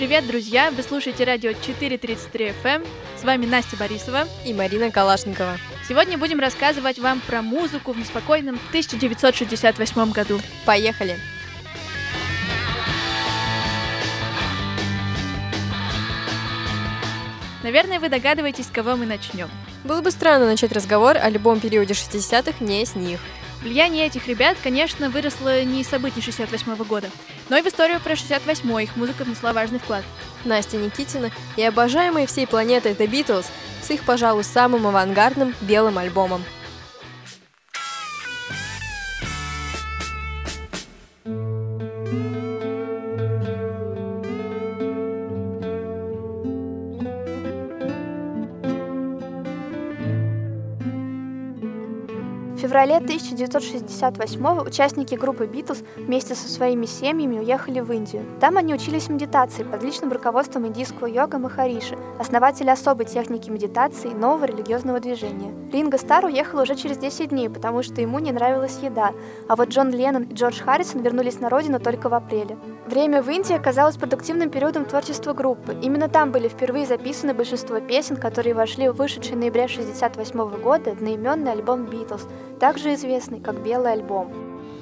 Привет, друзья! Вы слушаете радио 433 FM. С вами Настя Борисова и Марина Калашникова. Сегодня будем рассказывать вам про музыку в неспокойном 1968 году. Поехали! Наверное, вы догадываетесь, с кого мы начнем. Было бы странно начать разговор о любом периоде 60-х не с них. Влияние этих ребят, конечно, выросло не из событий 68 года, но и в историю про 68-й их музыка внесла важный вклад. Настя Никитина и обожаемые всей планетой The Beatles с их, пожалуй, самым авангардным белым альбомом. В феврале 1968-го участники группы Beatles вместе со своими семьями уехали в Индию. Там они учились медитации под личным руководством индийского йога Махариши, основателя особой техники медитации и нового религиозного движения. Ринго Старр уехал уже через 10 дней, потому что ему не нравилась еда, а вот Джон Леннон и Джордж Харрисон вернулись на родину только в апреле. Время в Индии оказалось продуктивным периодом творчества группы. Именно там были впервые записаны большинство песен, которые вошли в вышедший в ноябре 1968 года одноименный альбом Beatles, также известный как «Белый альбом».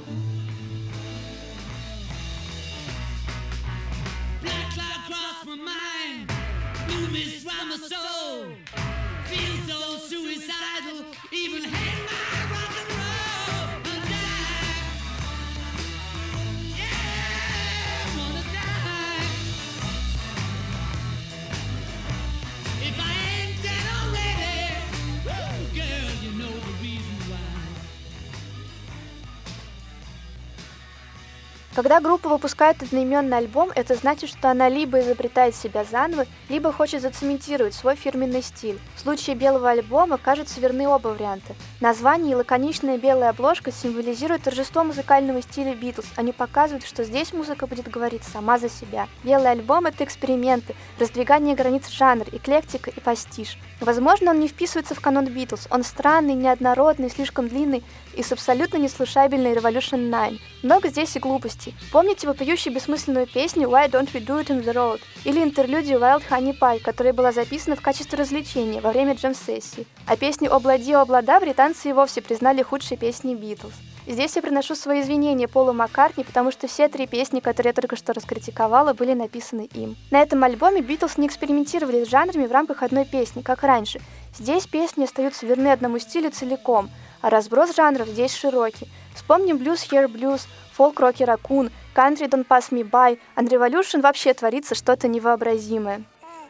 Когда группа выпускает одноименный альбом, это значит, что она либо изобретает себя заново, либо хочет зацементировать свой фирменный стиль. В случае белого альбома, кажется, верны оба варианта. Название и лаконичная белая обложка символизируют торжество музыкального стиля Beatles. Они показывают, что здесь музыка будет говорить сама за себя. Белый альбом — это эксперименты, раздвигание границ жанра, эклектика и пастиш. Возможно, он не вписывается в канон Beatles. Он странный, неоднородный, слишком длинный и с абсолютно неслушабельной Revolution 9. Много здесь и глупостей. Помните вопиющую бессмысленную песню «Why don't we do it in the road» или интерлюдию «Wild Honey Pie», которая была записана в качестве развлечения во время джем-сессии. А песню «Облади, облада» британцы и вовсе признали худшей песней Beatles. Здесь я приношу свои извинения Полу Маккартни, потому что все 3 песни, которые я только что раскритиковала, были написаны им. На этом альбоме Beatles не экспериментировали с жанрами в рамках одной песни, как раньше. Здесь песни остаются верны одному стилю целиком, а разброс жанров здесь широкий. Вспомним Blues Here Blues, Folk Rocky Raccoon, Country Don't Pass Me By, а Revolution вообще творится что-то невообразимое.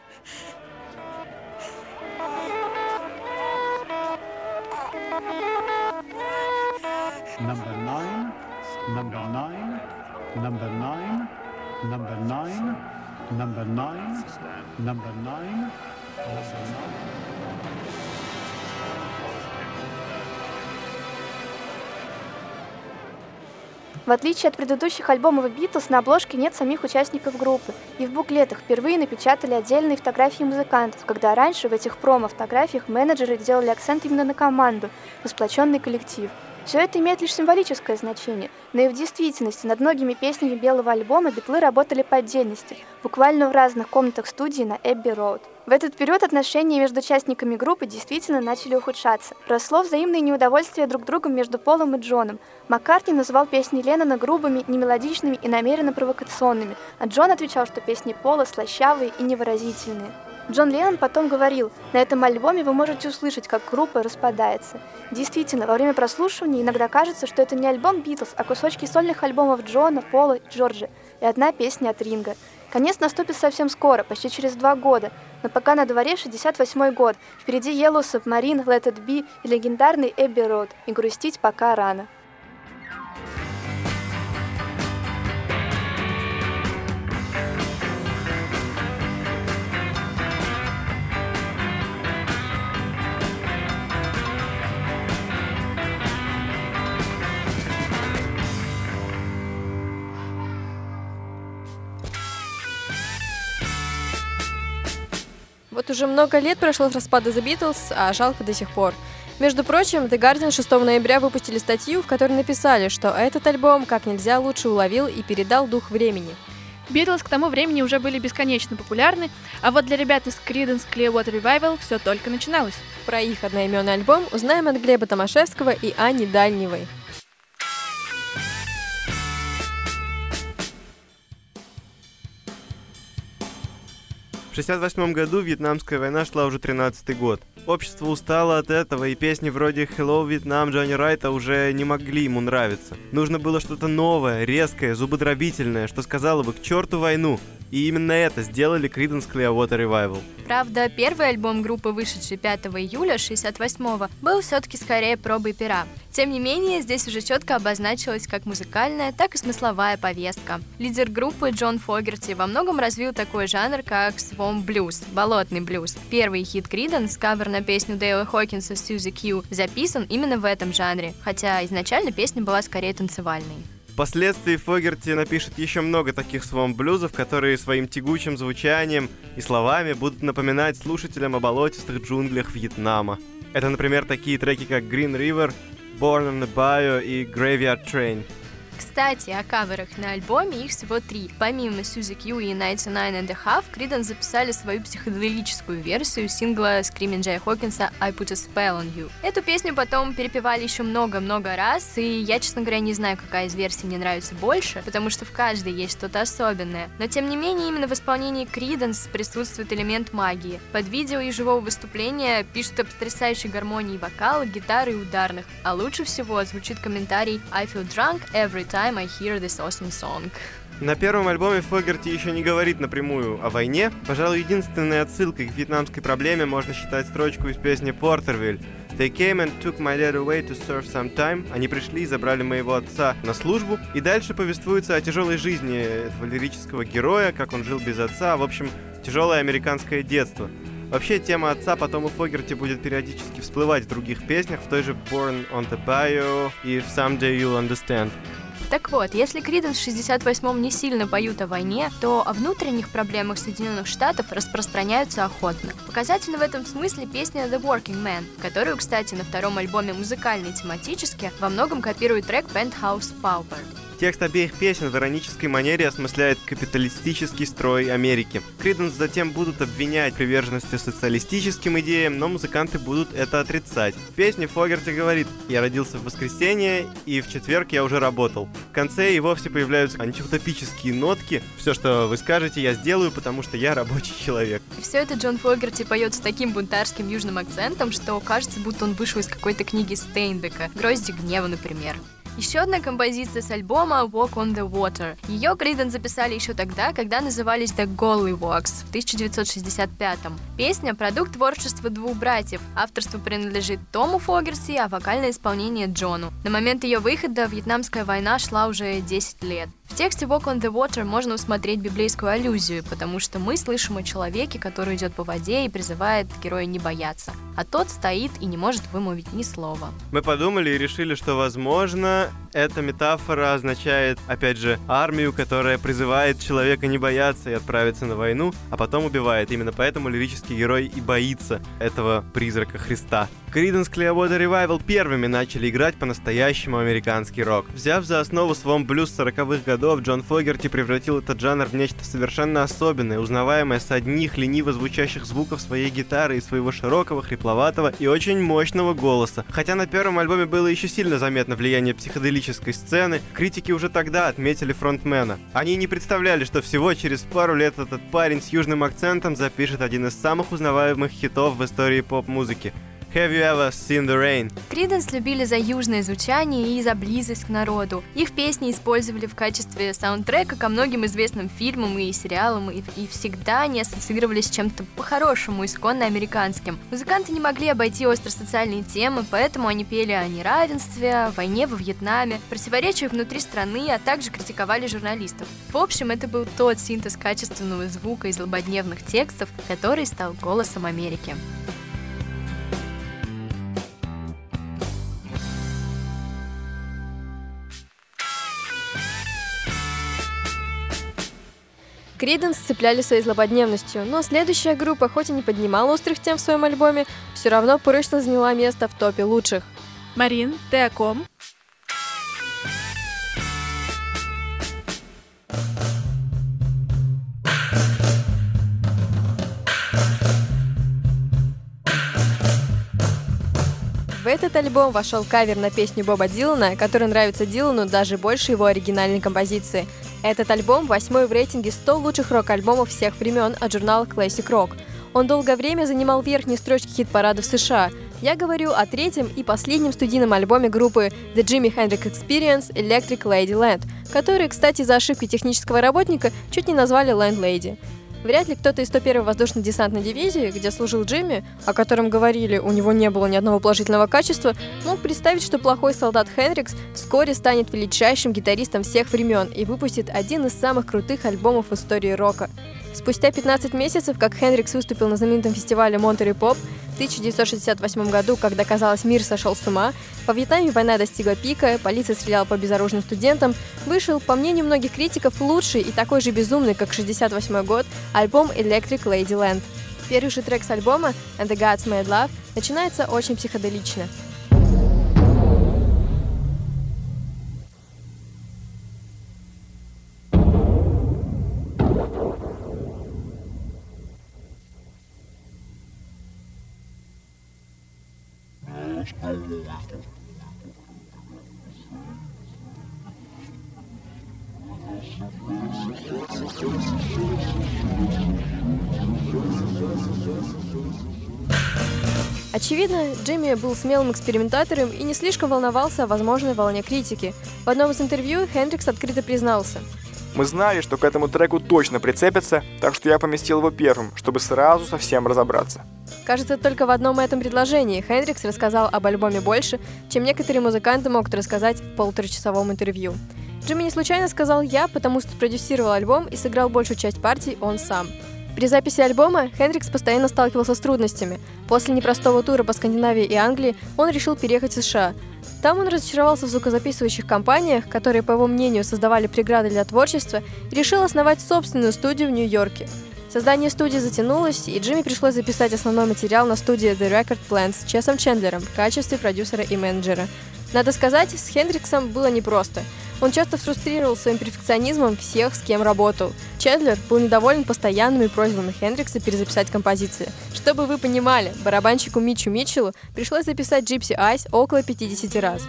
Number 9, number 9, number 9, number 9, number 9, number 9, В отличие от предыдущих альбомов Beatles, на обложке нет самих участников группы, и в буклетах впервые напечатали отдельные фотографии музыкантов, когда раньше в этих промо-фотографиях менеджеры делали акцент именно на команду, на сплоченный коллектив. Все это имеет лишь символическое значение, но и в действительности над многими песнями белого альбома битлы работали по отдельности, буквально в разных комнатах студии на Эбби-Роуд. В этот период отношения между участниками группы действительно начали ухудшаться. Росло взаимное неудовольствие друг другом между Полом и Джоном. Маккартни называл песни Леннона грубыми, немелодичными и намеренно провокационными, а Джон отвечал, что песни Пола слащавые и невыразительные. Джон Леннон потом говорил: «На этом альбоме вы можете услышать, как группа распадается». Действительно, во время прослушивания иногда кажется, что это не альбом Битлз, а кусочки сольных альбомов Джона, Пола и Джорджа, и одна песня от Ринго. Конец наступит совсем скоро, почти через 2 года, но пока на дворе 68-й год, впереди Yellow Submarine, Let It Be и легендарный Эбби-Роуд, и грустить пока рано. Вот уже много лет прошло с распада The Beatles, а жалко до сих пор. Между прочим, The Guardian 6 ноября выпустили статью, в которой написали, что этот альбом как нельзя лучше уловил и передал дух времени. Битлз к тому времени уже были бесконечно популярны, а вот для ребят из Creedence Clearwater Revival все только начиналось. Про их одноименный альбом узнаем от Глеба Томашевского и Ани Дальневой. В 1968 году Вьетнамская война шла уже 13-й год. Общество устало от этого, и песни вроде «Hello, Vietnam» Джонни Райта уже не могли ему нравиться. Нужно было что-то новое, резкое, зубодробительное, что сказало бы «к черту войну». И именно это сделали Creedence Clearwater Revival. Правда, первый альбом группы, вышедший 5 июля 1968-го, был все-таки скорее пробой пера. Тем не менее, здесь уже четко обозначилась как музыкальная, так и смысловая повестка. Лидер группы Джон Фогерти во многом развил такой жанр, как swamp blues, болотный блюз. Первый хит Creedence, кавер на песню Дейла Хокинса «Suzy Q», записан именно в этом жанре, хотя изначально песня была скорее танцевальной. Впоследствии Фогерти напишет еще много таких свомп-блюзов, которые своим тягучим звучанием и словами будут напоминать слушателям о болотистых джунглях Вьетнама. Это, например, такие треки, как Green River, Born on the Bayou и Graveyard Train. Кстати, о каверах на альбоме их всего 3. Помимо Suzy Q и 99 and a Half, Creedence записали свою психоделическую версию сингла Screaming Jay Hawkins I Put a Spell on You. Эту песню потом перепевали еще много-много раз, и я, честно говоря, не знаю, какая из версий мне нравится больше, потому что в каждой есть что-то особенное. Но, тем не менее, именно в исполнении Creedence присутствует элемент магии. Под видео и живого выступления пишут о потрясающей гармонии вокала, гитары и ударных, а лучше всего звучит комментарий I feel drunk every time I hear this awesome song. На первом альбоме Фогерти еще не говорит напрямую о войне. Пожалуй, единственной отсылкой к вьетнамской проблеме можно считать строчку из песни «Porterville». They came and took my dad away to serve some time. Они пришли и забрали моего отца на службу. И дальше повествуется о тяжелой жизни этого лирического героя, как он жил без отца. В общем, тяжелое американское детство. Вообще, тема отца потом у Фогерти будет периодически всплывать в других песнях, в той же «Born on the Bayou» и в «Someday You'll Understand». Так вот, если Creedence в 68-м не сильно поют о войне, то о внутренних проблемах Соединенных Штатов распространяются охотно. Показательно в этом смысле песня The Working Man, которую, кстати, на втором альбоме музыкально и тематически во многом копирует трек Penthouse Pauper. Текст обеих песен в иронической манере осмысляет капиталистический строй Америки. Creedence затем будут обвинять в приверженности социалистическим идеям, но музыканты будут это отрицать. В песне Фогерти говорит: «Я родился в воскресенье, и в четверг я уже работал». В конце и вовсе появляются антиутопические нотки. «Все, что вы скажете, я сделаю, потому что я рабочий человек». И все это Джон Фогерти поет с таким бунтарским южным акцентом, что кажется, будто он вышел из какой-то книги Стейнбека, «Грозди гнева», например. Еще одна композиция с альбома Walk on the Water. Ее Creedence записали еще тогда, когда назывались The Gollywogs в 1965-м. Песня – продукт творчества двух братьев. Авторство принадлежит Тому Фогерти, а вокальное исполнение Джону. На момент ее выхода Вьетнамская война шла уже 10 лет. В тексте Walk on the Water можно усмотреть библейскую аллюзию, потому что мы слышим о человеке, который идет по воде и призывает героя не бояться, а тот стоит и не может вымолвить ни слова. Мы подумали и решили, что, возможно, эта метафора означает, опять же, армию, которая призывает человека не бояться и отправиться на войну, а потом убивает. Именно поэтому лирический герой и боится этого призрака Христа. Creedence Clearwater Revival первыми начали играть по-настоящему американский рок. Взяв за основу свомп-блюз 40-х годов, Джон Фогерти превратил этот жанр в нечто совершенно особенное, узнаваемое с одних лениво звучащих звуков своей гитары и своего широкого, хрипловатого и очень мощного голоса. Хотя на первом альбоме было еще сильно заметно влияние психоделической сцены, критики уже тогда отметили фронтмена. Они не представляли, что всего через пару лет этот парень с южным акцентом запишет один из самых узнаваемых хитов в истории поп-музыки. Have you ever seen the rain? Creedence любили за южное звучание и за близость к народу. Их песни использовали в качестве саундтрека ко многим известным фильмам и сериалам, и всегда они ассоциировались с чем-то по-хорошему, исконно американским. Музыканты не могли обойти остросоциальные темы, поэтому они пели о неравенстве, о войне во Вьетнаме, противоречиях внутри страны, а также критиковали журналистов. В общем, это был тот синтез качественного звука и злободневных текстов, который стал голосом Америки. Creedence цепляли своей злободневностью, но следующая группа, хоть и не поднимала острых тем в своем альбоме, все равно прочно заняла место в топе лучших. Марин, ты о ком? этот альбом вошел кавер на песню Боба Дилана, который нравится Дилану даже больше его оригинальной композиции. Этот альбом 8-й в рейтинге 100 лучших рок-альбомов всех времен от журнала Classic Rock. Он долгое время занимал верхние строчки хит-парадов США. Я говорю о третьем и последнем студийном альбоме группы The Jimi Hendrix Experience Electric Ladyland, который, кстати, за ошибкой технического работника чуть не назвали Landlady. Вряд ли кто-то из 101-й воздушно-десантной дивизии, где служил Джимми, о котором говорили, у него не было ни одного положительного качества, мог представить, что плохой солдат Хендрикс вскоре станет величайшим гитаристом всех времен и выпустит один из самых крутых альбомов в истории рока. Спустя 15 месяцев, как Хендрикс выступил на знаменитом фестивале Монтерей Поп в 1968 году, когда, казалось, мир сошел с ума, во Вьетнаме война достигла пика, полиция стреляла по безоружным студентам, вышел, по мнению многих критиков, лучший и такой же безумный, как 1968 год, альбом Electric Ladyland. Первый же трек с альбома And the Gods Made Love начинается очень психоделично. Очевидно, Джимми был смелым экспериментатором и не слишком волновался о возможной волне критики. В одном из интервью Хендрикс открыто признался: «Мы знали, что к этому треку точно прицепятся, так что я поместил его первым, чтобы сразу со всем разобраться». Кажется, только в одном этом предложении Хендрикс рассказал об альбоме больше, чем некоторые музыканты могут рассказать в полуторачасовом интервью. Джимми не случайно сказал «я», потому что продюсировал альбом и сыграл большую часть партий он сам. При записи альбома Хендрикс постоянно сталкивался с трудностями. После непростого тура по Скандинавии и Англии он решил переехать в США. Там он разочаровался в звукозаписывающих компаниях, которые, по его мнению, создавали преграды для творчества, и решил основать собственную студию в Нью-Йорке. Создание студии затянулось, и Джимми пришлось записать основной материал на студии The Record Plant с Чесом Чендлером в качестве продюсера и менеджера. Надо сказать, с Хендриксом было непросто. Он часто фрустрировал своим перфекционизмом всех, с кем работал. Чендлер был недоволен постоянными просьбами Хендрикса перезаписать композиции. Чтобы вы понимали, барабанщику Митчу Митчеллу пришлось записать Gypsy Eyes около 50 раз.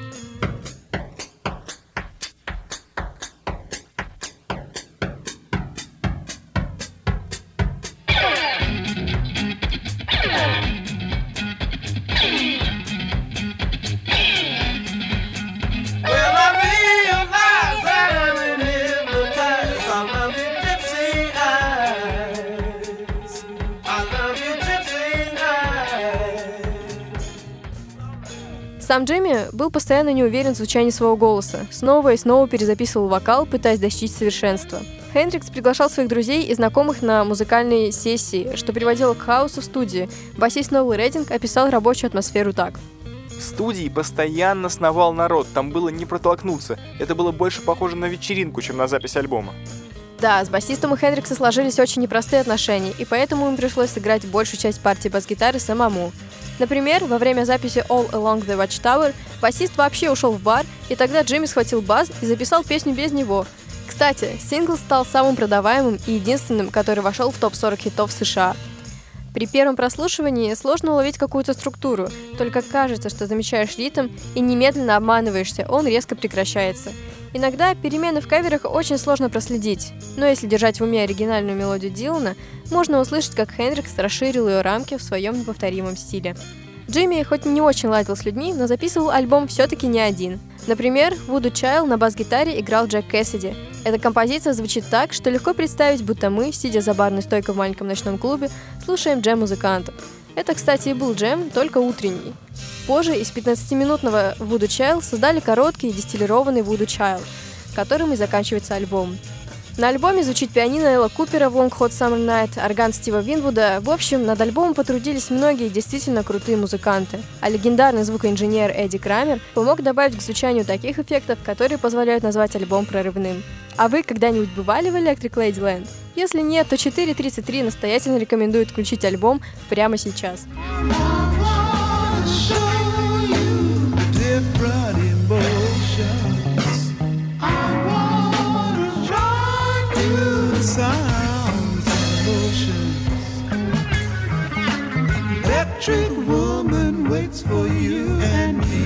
Сам Джимми был постоянно не уверен в звучании своего голоса, снова и снова перезаписывал вокал, пытаясь достичь совершенства. Хендрикс приглашал своих друзей и знакомых на музыкальные сессии, что приводило к хаосу в студии. Басист Ноэл Реддинг описал рабочую атмосферу так: В студии постоянно сновал народ, там было не протолкнуться. Это было больше похоже на вечеринку, чем на запись альбома. Да, с басистом у Хендрикса сложились очень непростые отношения, и поэтому им пришлось сыграть большую часть партии бас-гитары самому. Например, во время записи All Along the Watchtower басист вообще ушел в бар, и тогда Джимми схватил бас и записал песню без него. Кстати, сингл стал самым продаваемым и единственным, который вошел в топ-40 хитов США. При первом прослушивании сложно уловить какую-то структуру, только кажется, что замечаешь ритм и немедленно обманываешься, он резко прекращается. Иногда перемены в каверах очень сложно проследить, но если держать в уме оригинальную мелодию Дилана, можно услышать, как Хендрикс расширил ее рамки в своем неповторимом стиле. Джимми хоть не очень ладил с людьми, но записывал альбом все-таки не один. Например, в Voodoo Child на бас-гитаре играл Джек Кэссиди. Эта композиция звучит так, что легко представить, будто мы, сидя за барной стойкой в маленьком ночном клубе, слушаем джем-музыкантов. Это, кстати, и был джем, только утренний. Позже из 15-минутного Voodoo Child создали короткий дистиллированный Voodoo Child, которым и заканчивается альбом. На альбоме звучит пианино Элла Купера в Long Hot Summer Night, орган Стива Винвуда. В общем, над альбомом потрудились многие действительно крутые музыканты. А легендарный звукоинженер Эдди Крамер помог добавить к звучанию таких эффектов, которые позволяют назвать альбом прорывным. А вы когда-нибудь бывали в Electric Ladyland? Если нет, то 4.33 настоятельно рекомендует включить альбом прямо сейчас. Electric woman waits for you and me.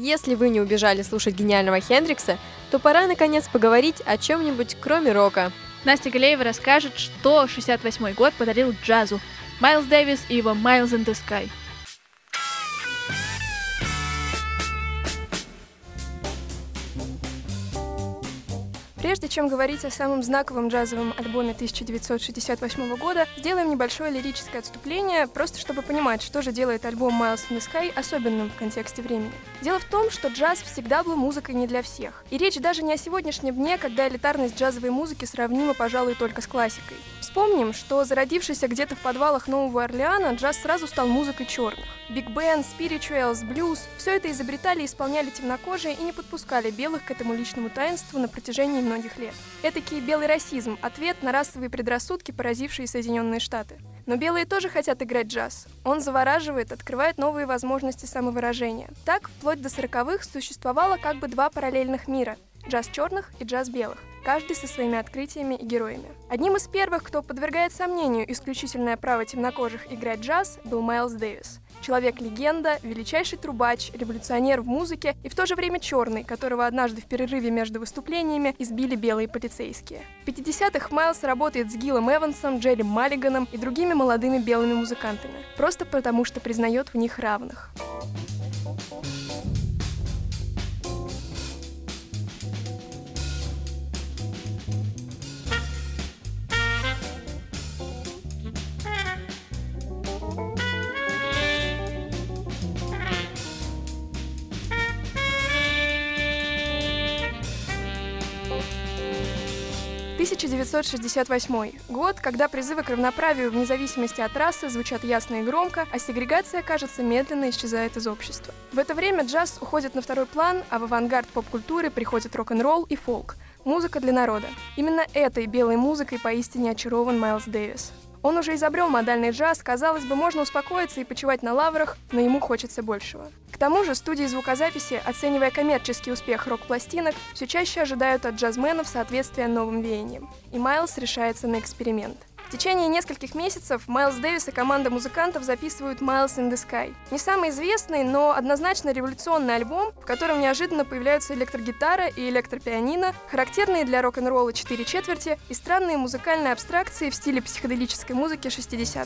Если вы не убежали слушать гениального Хендрикса, то пора наконец поговорить о чем-нибудь кроме рока. Настя Галеева расскажет, что 68-й год подарил джазу. Майлз Дэвис и его «Miles in the Sky». Прежде чем говорить о самом знаковом джазовом альбоме 1968 года, сделаем небольшое лирическое отступление, просто чтобы понимать, что же делает альбом Miles in the Sky особенным в контексте времени. Дело в том, что джаз всегда был музыкой не для всех. И речь даже не о сегодняшнем дне, когда элитарность джазовой музыки сравнима, пожалуй, только с классикой. Вспомним, что зародившийся где-то в подвалах Нового Орлеана джаз сразу стал музыкой черных. Биг бенд, спиричуэлс, блюз – все это изобретали и исполняли темнокожие и не подпускали белых к этому личному таинству на протяжении многих лет. Этакий белый расизм – ответ на расовые предрассудки, поразившие Соединенные Штаты. Но белые тоже хотят играть джаз. Он завораживает, открывает новые возможности самовыражения. Так, вплоть до 40-х существовало как бы два параллельных мира – джаз черных и джаз белых, каждый со своими открытиями и героями. Одним из первых, кто подвергает сомнению исключительное право темнокожих играть джаз, был Майлз Дэвис. Человек-легенда, величайший трубач, революционер в музыке и в то же время черный, которого однажды в перерыве между выступлениями избили белые полицейские. В 50-х Майлз работает с Гиллом Эвансом, Джерри Маллиганом и другими молодыми белыми музыкантами, просто потому что признает в них равных. «1968 год, когда призывы к равноправию вне зависимости от расы звучат ясно и громко, а сегрегация, кажется, медленно исчезает из общества. В это время джаз уходит на второй план, а в авангард поп-культуры приходит рок-н-ролл и фолк – музыка для народа. Именно этой белой музыкой поистине очарован Майлз Дэвис. Он уже изобрел модальный джаз, казалось бы, можно успокоиться и почивать на лаврах, но ему хочется большего. К тому же студии звукозаписи, оценивая коммерческий успех рок-пластинок, все чаще ожидают от джазменов соответствия новым веяниям. И Майлз решается на эксперимент. В течение нескольких месяцев Майлз Дэвис и команда музыкантов записывают Miles in the Sky. Не самый известный, но однозначно революционный альбом, в котором неожиданно появляются электрогитара и электропианино, характерные для рок-н-ролла 4/4 и странные музыкальные абстракции в стиле психоделической музыки 60-х.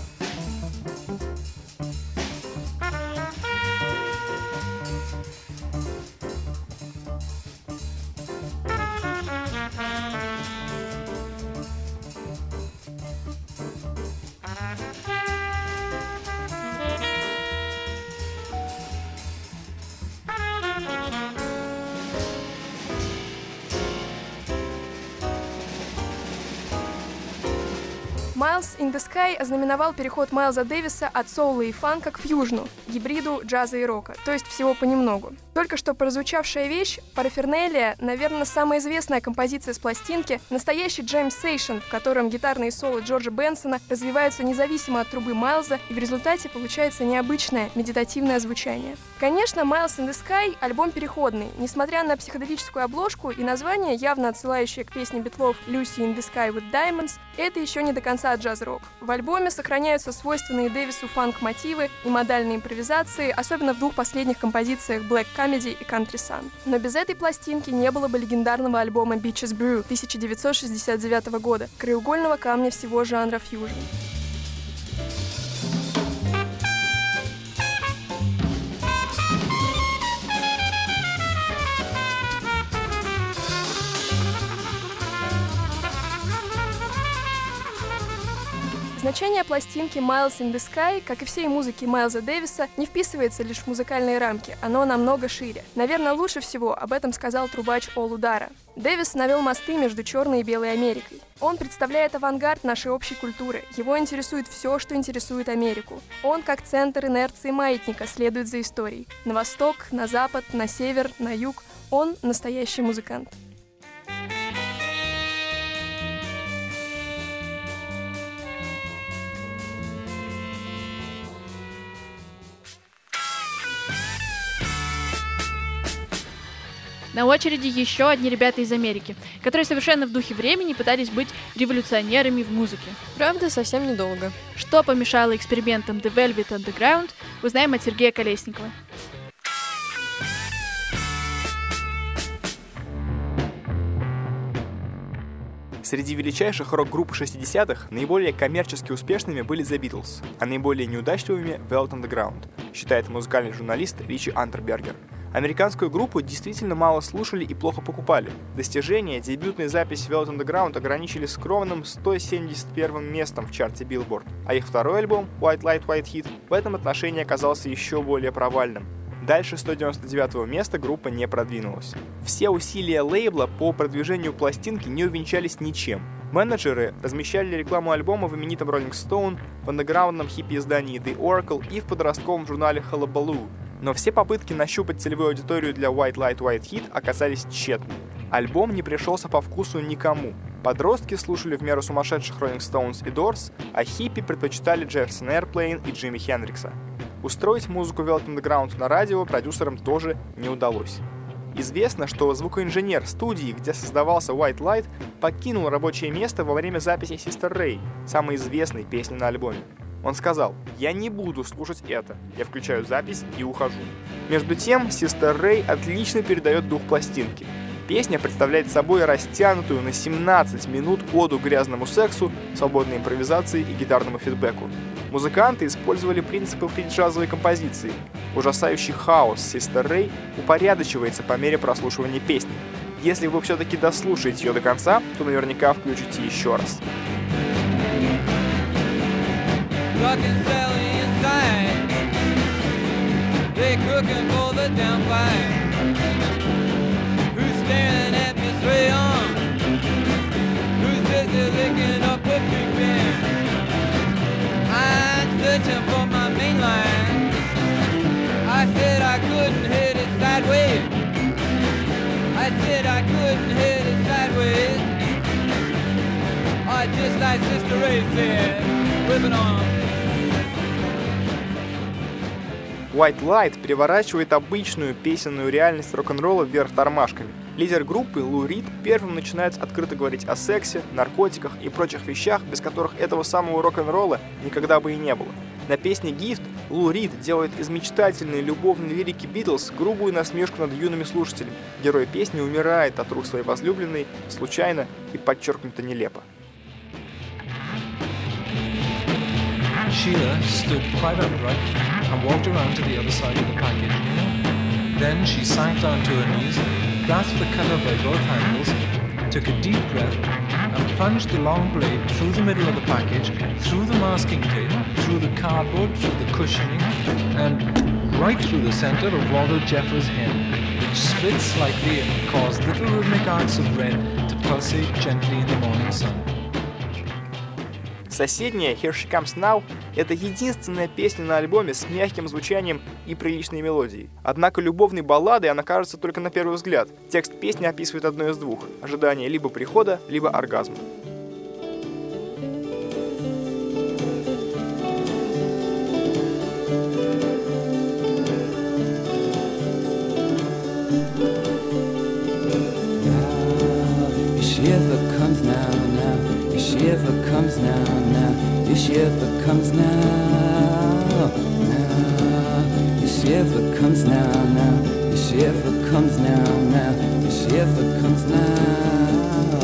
Miles in the Sky ознаменовал переход Майлза Дэвиса от соула и фанка к фьюжну, гибриду джаза и рока, то есть всего понемногу. Только что прозвучавшая вещь, «Параферналия», наверное, самая известная композиция с пластинки, настоящий джем-сейшн, в котором гитарные соло Джорджа Бенсона развиваются независимо от трубы Майлза, и в результате получается необычное медитативное звучание. Конечно, Miles in the Sky — альбом переходный, несмотря на психоделическую обложку и название, явно отсылающее к песне Битлов «Lucy in the Sky with Diamonds», это еще не до конца джаз-рок. В альбоме сохраняются свойственные Дэвису фанк-мотивы и модальные импровизации, особенно в двух последних композициях Black Comedy и Country Sun. Но без этой пластинки не было бы легендарного альбома Beaches Brew 1969 года, краеугольного камня всего жанра фьюжн. Значение пластинки Miles in the Sky, как и всей музыки Майлза Дэвиса, не вписывается лишь в музыкальные рамки, оно намного шире. Наверное, лучше всего об этом сказал трубач Ол Удара. Дэвис навел мосты между черной и белой Америкой. Он представляет авангард нашей общей культуры, его интересует все, что интересует Америку. Он, как центр инерции маятника, следует за историей. На восток, на запад, на север, на юг. Он настоящий музыкант. На очереди еще одни ребята из Америки, которые совершенно в духе времени пытались быть революционерами в музыке. Правда, совсем недолго. Что помешало экспериментам The Velvet Underground, узнаем от Сергея Колесникова. Среди величайших рок-групп 60-х наиболее коммерчески успешными были The Beatles, а наиболее неудачливыми — Velvet Underground, считает музыкальный журналист Ричи Антербергер. Американскую группу действительно мало слушали и плохо покупали. Достижения дебютной записи Velvet Underground ограничили скромным 171 местом в чарте Billboard, а их второй альбом White Light, White Heat в этом отношении оказался еще более провальным. Дальше 199-го места группа не продвинулась. Все усилия лейбла по продвижению пластинки не увенчались ничем. Менеджеры размещали рекламу альбома в именитом Rolling Stone, в андеграундном хиппи-издании The Oracle и в подростковом журнале Hullabaloo. Но все попытки нащупать целевую аудиторию для White Light, White Heat оказались тщетны. Альбом не пришелся по вкусу никому. Подростки слушали в меру сумасшедших Rolling Stones и Doors, а хиппи предпочитали Jefferson Airplane и Джимми Хендрикса. Устроить музыку Velvet Underground на радио продюсерам тоже не удалось. Известно, что звукоинженер студии, где создавался White Light, покинул рабочее место во время записи Sister Ray, самой известной песни на альбоме. Он сказал: «Я не буду слушать это, я включаю запись и ухожу». Между тем, Sister Ray отлично передает дух пластинки. Песня представляет собой растянутую на 17 минут оду грязному сексу, свободной импровизации и гитарному фидбэку. Музыканты использовали принципы фри-джазовой композиции. Ужасающий хаос Sister Ray упорядочивается по мере прослушивания песни. Если вы все-таки дослушаете ее до конца, то наверняка включите еще раз. Staring at me straight on. Who's busy licking up a big pen? I'm searching for my main line. I said I couldn't hit it sideways. I said I couldn't hit it sideways. Or just like Sister Ray said, whip it on. White Light переворачивает обычную песенную реальность рок-н-ролла вверх тормашками. Лидер группы Лу Рид первым начинает открыто говорить о сексе, наркотиках и прочих вещах, без которых этого самого рок-н-ролла никогда бы и не было. На песне «Gift» Лу Рид делает из мечтательной любовной лирики Битлз грубую насмешку над юными слушателями. Герой песни умирает от рук своей возлюбленной случайно и подчеркнуто нелепо. Sheila stood quite upright and walked around to the other side of the package. Then she sank down to her knees, grasped the cutter by both handles, took a deep breath, and plunged the long blade through the middle of the package, through the masking tape, through the cardboard, through the cushioning, and right through the center of Walter Jeffers' head, which split slightly and caused little rhythmic arcs of red to pulsate gently in the morning sun. Соседняя «Here She Comes Now» — это единственная песня на альбоме с мягким звучанием и приличной мелодией. Однако любовной балладой она кажется только на первый взгляд. Текст песни описывает одно из двух — ожидание либо прихода, либо оргазма. Shiver comes now, now. Your shiver comes now, now. Your shiver comes now, now. Your shiver comes now, now. Your shiver comes now.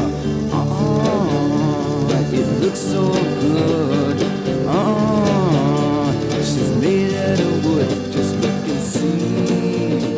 Oh, it looks so good. Oh, she's made out of wood. Just look and see.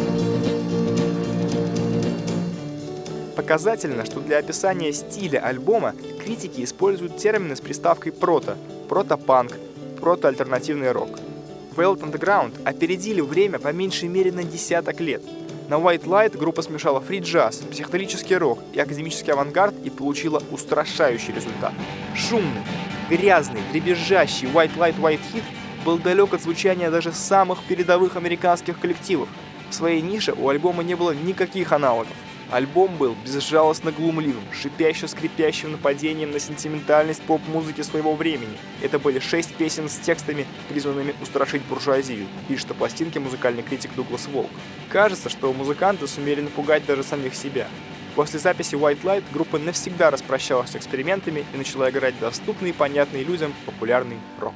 Показательно, что для описания стиля альбома критики используют термины с приставкой «прото», «протопанк», «протоальтернативный рок». Velvet Underground опередили время по меньшей мере на десяток лет. На White Light группа смешала фри-джаз, психоделический рок и академический авангард и получила устрашающий результат. Шумный, грязный, дребезжащий White Light, White Heat был далек от звучания даже самых передовых американских коллективов. В своей нише у альбома не было никаких аналогов. Альбом был безжалостно глумливым, шипяще-скрипящим нападением на сентиментальность поп-музыки своего времени. Это были 6 песен с текстами, призванными устрашить буржуазию, пишет о пластинке музыкальный критик Дуглас Волк. Кажется, что музыканты сумели напугать даже самих себя. После записи White Light группа навсегда распрощалась с экспериментами и начала играть доступный и понятный людям популярный рок.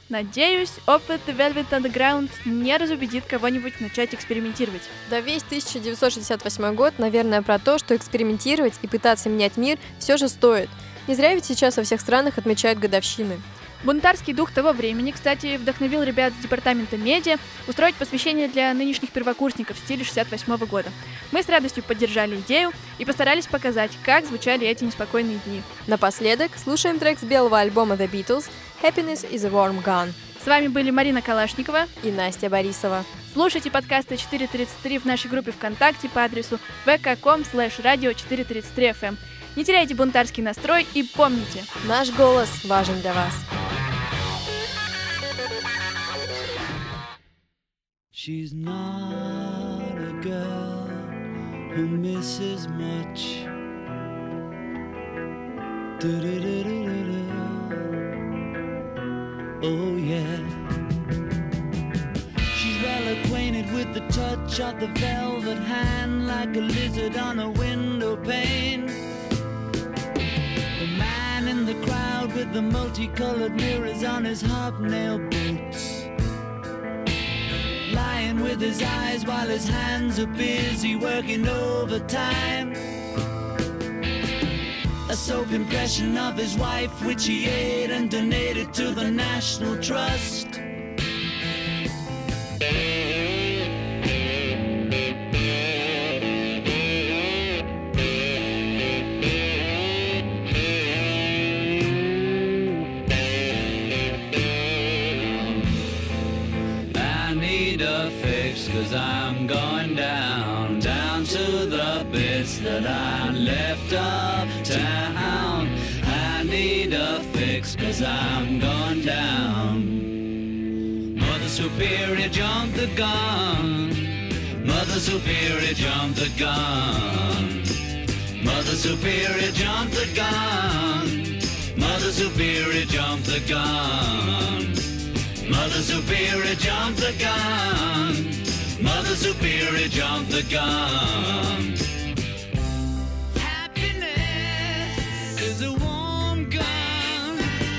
Надеюсь, опыт Velvet Underground не разубедит кого-нибудь начать экспериментировать. Да весь 1968 год, наверное, про то, что экспериментировать и пытаться менять мир все же стоит. Не зря ведь сейчас во всех странах отмечают годовщины. Бунтарский дух того времени, кстати, вдохновил ребят с департамента медиа устроить посвящение для нынешних первокурсников в стиле 68 года. Мы с радостью поддержали идею и постарались показать, как звучали эти неспокойные дни. Напоследок слушаем трек с белого альбома The Beatles «Happiness is a Warm Gun». С вами были Марина Калашникова и Настя Борисова. Слушайте подкасты 433 в нашей группе ВКонтакте по адресу vk.com/radio433fm. Не теряйте бунтарский настрой и помните, наш голос важен для вас. She's not a girl who misses much. Oh yeah. She's well acquainted with the touch of the velvet hand, like a lizard on a window pane. The man in the crowd with the multicolored mirrors on his hobnail boots, lying with his eyes while his hands are busy working overtime. A soap impression of his wife, which he ate and donated to the National Trust. Cause I'm going down to the bits that I left uptown. I need a fix cause I'm going down. Mother Superior jumped the gun. Mother Superior jumped the gun. Mother Superior jumped the gun. Mother Superior jumped the gun. Mother Superior jumped the gun. Mother Superior jumped the gun. Happiness is a warm gun.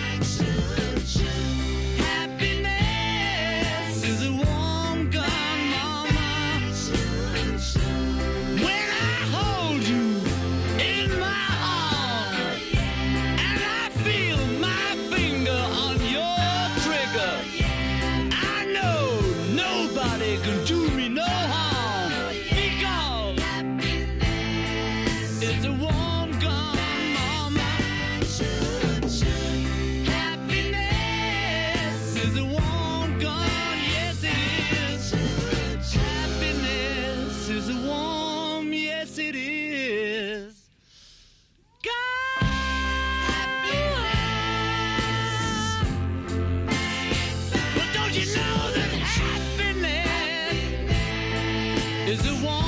Happiness is a warm gun, mama. When I hold you in my arms and I feel my finger on your trigger, I know nobody can do me no harm, because it's a warm gun, mama. Happiness is a warm gun, yes it is. Happiness is a warm, yes it is. God. Well, don't you know that happiness is a warm